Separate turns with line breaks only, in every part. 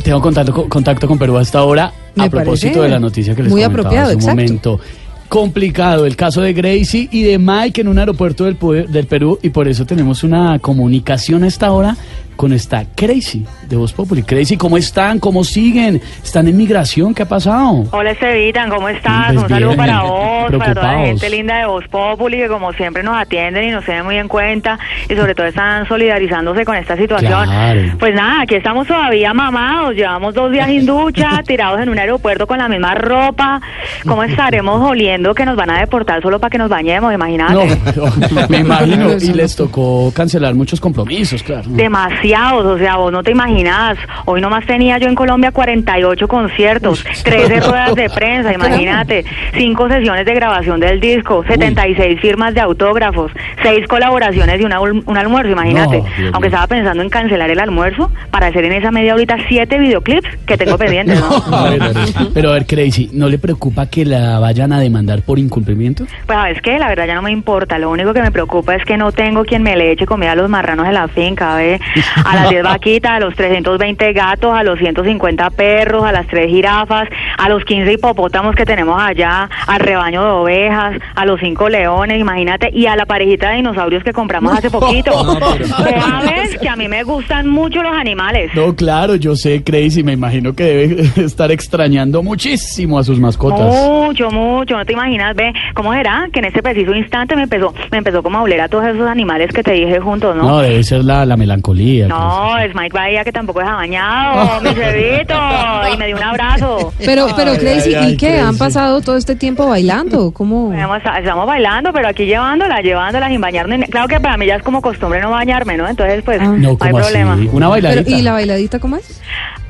Tengo contacto con Perú hasta ahora a propósito de la noticia que les comentaba hace un momento. Complicado el caso de Gracie y de Mike en un aeropuerto del Perú, y por eso tenemos una comunicación a esta hora con esta Crazy de Voz Populi. Crazy, ¿cómo están? ¿Cómo siguen? ¿Están en migración? ¿Qué ha pasado?
Hola, Estevitan, ¿cómo estás?
Pues
un saludo
bien,
para vos, para toda la gente
preocupados.
linda de Voz Populi, que como siempre nos atienden y nos tienen muy en cuenta, y sobre todo están solidarizándose con esta situación.
Claro.
Pues nada, aquí estamos todavía mamados, llevamos 2 días sin ducha, tirados en un aeropuerto con la misma ropa. ¿Cómo estaremos oliendo que nos van a deportar solo para que nos bañemos? Imagínate.
No, pero me imagino, y les tocó cancelar muchos compromisos, claro.
Demasiados, o sea, vos no te imaginas. Hoy nomás tenía yo en Colombia 48 conciertos, 13 ruedas de prensa, imagínate, 5 sesiones de grabación del disco, 76 firmas de autógrafos, 6 colaboraciones y un almuerzo, imagínate.
No, Dios mío.
Aunque estaba pensando en cancelar el almuerzo para hacer en esa media horita 7 videoclips que tengo pendientes, ¿no?
Pero a ver, Crazy, ¿no le preocupa que la vayan a demandar por incumplimiento?
Pues sabes qué, la verdad ya no me importa, lo único que me preocupa es que no tengo quien me le eche comida a los marranos de la finca, ¿ve? A las 10 vaquitas, a los 320 gatos, a los 150 perros, a las 3 jirafas, a los 15 hipopótamos que tenemos allá, al rebaño de ovejas, a los 5 leones, imagínate, y a la parejita de dinosaurios que compramos hace poquito. Sabes que a mí me gustan mucho los animales.
No, claro, yo sé, Crazy, me imagino que debe estar extrañando muchísimo a sus mascotas.
Mucho, no te imaginas, ve, ¿cómo será? Que en este preciso instante me empezó como a oler a todos esos animales que te dije juntos, ¿no?
No, debe ser la melancolía.
No, es Mike Bahía, que tampoco se ha bañado, mi cebito, y me dio un abrazo.
Pero Crazy,
ay,
¿y qué?
Crazy.
¿Han pasado todo este tiempo bailando? ¿Cómo?
Estamos bailando, pero aquí llevándola sin bañarme. Claro que para mí ya es como costumbre no bañarme, ¿no? Entonces, pues, no
No,
hay
¿cómo
problema.
así? Una bailadita.
Pero, ¿y la bailadita cómo es?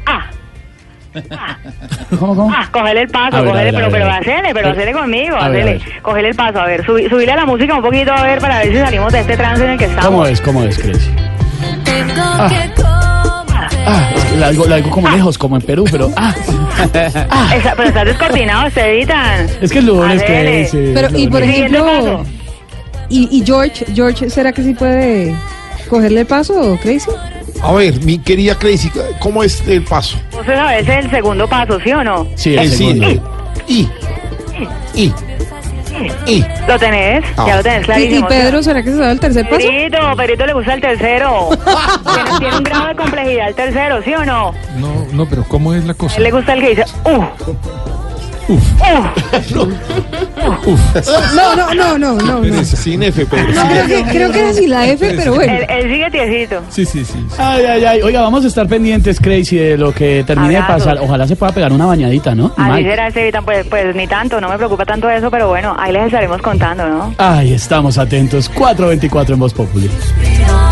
¿Cómo?
Cógele el paso,
A ver,
cógele,
a ver.
pero hacele conmigo,
A ver,
hacele. Cógele el paso, a ver, subile la música un poquito, a ver, para ver si salimos de este trance en el que estamos.
¿Cómo es, Crazy? Es que la algo como lejos, como en Perú, pero
Pero estás descoordinado, Estevitan.
es que el lunes,
Hacele.
Crazy.
Pero, y por
Siguiente
ejemplo,
paso.
¿y George, ¿será que sí puede cogerle el paso, Crazy?
A ver, mi querida Crazy, ¿cómo es el paso?
Vos sabés el segundo paso, ¿sí o no?
Sí, el segundo.
I.
¿Lo tenés? Ya lo tenés
¿Y
clarísimo.
Pedro, será que se sabe el tercer paso?
Pedrito le gusta el tercero. Tiene un grado de complejidad el tercero, ¿sí o no?
No, pero ¿cómo es la
A
cosa?
él le gusta el que dice,
No.
Sin F, Pedro.
No, creo que es así la F, pero bueno.
Él sigue tiesito.
Sí.
Ay. Oiga, vamos a estar pendientes, Crazy, de lo que termine de
Abrazos.
pasar. Ojalá se pueda pegar una bañadita, ¿no?
Así
Mike.
será, Estevitan, pues ni tanto, no me preocupa tanto eso, pero bueno, ahí les estaremos contando, ¿no?
Ay, estamos atentos. 4:24 en Voz Populi.
Respira.